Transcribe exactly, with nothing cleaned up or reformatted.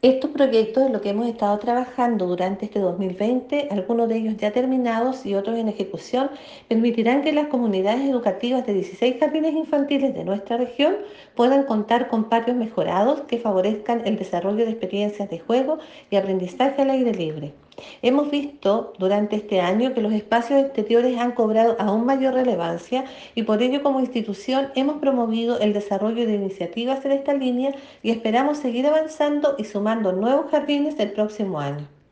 Estos proyectos en los que hemos estado trabajando durante este dos mil veinte, algunos de ellos ya terminados y otros en ejecución, permitirán que las comunidades educativas de dieciséis jardines infantiles de nuestra región puedan contar con patios mejorados que favorezcan el desarrollo de experiencias de juego y aprendizaje al aire libre. Hemos visto durante este año que los espacios exteriores han cobrado aún mayor relevancia y por ello como institución hemos promovido el desarrollo de iniciativas en esta línea y esperamos seguir avanzando y sumando nuevos jardines el próximo año.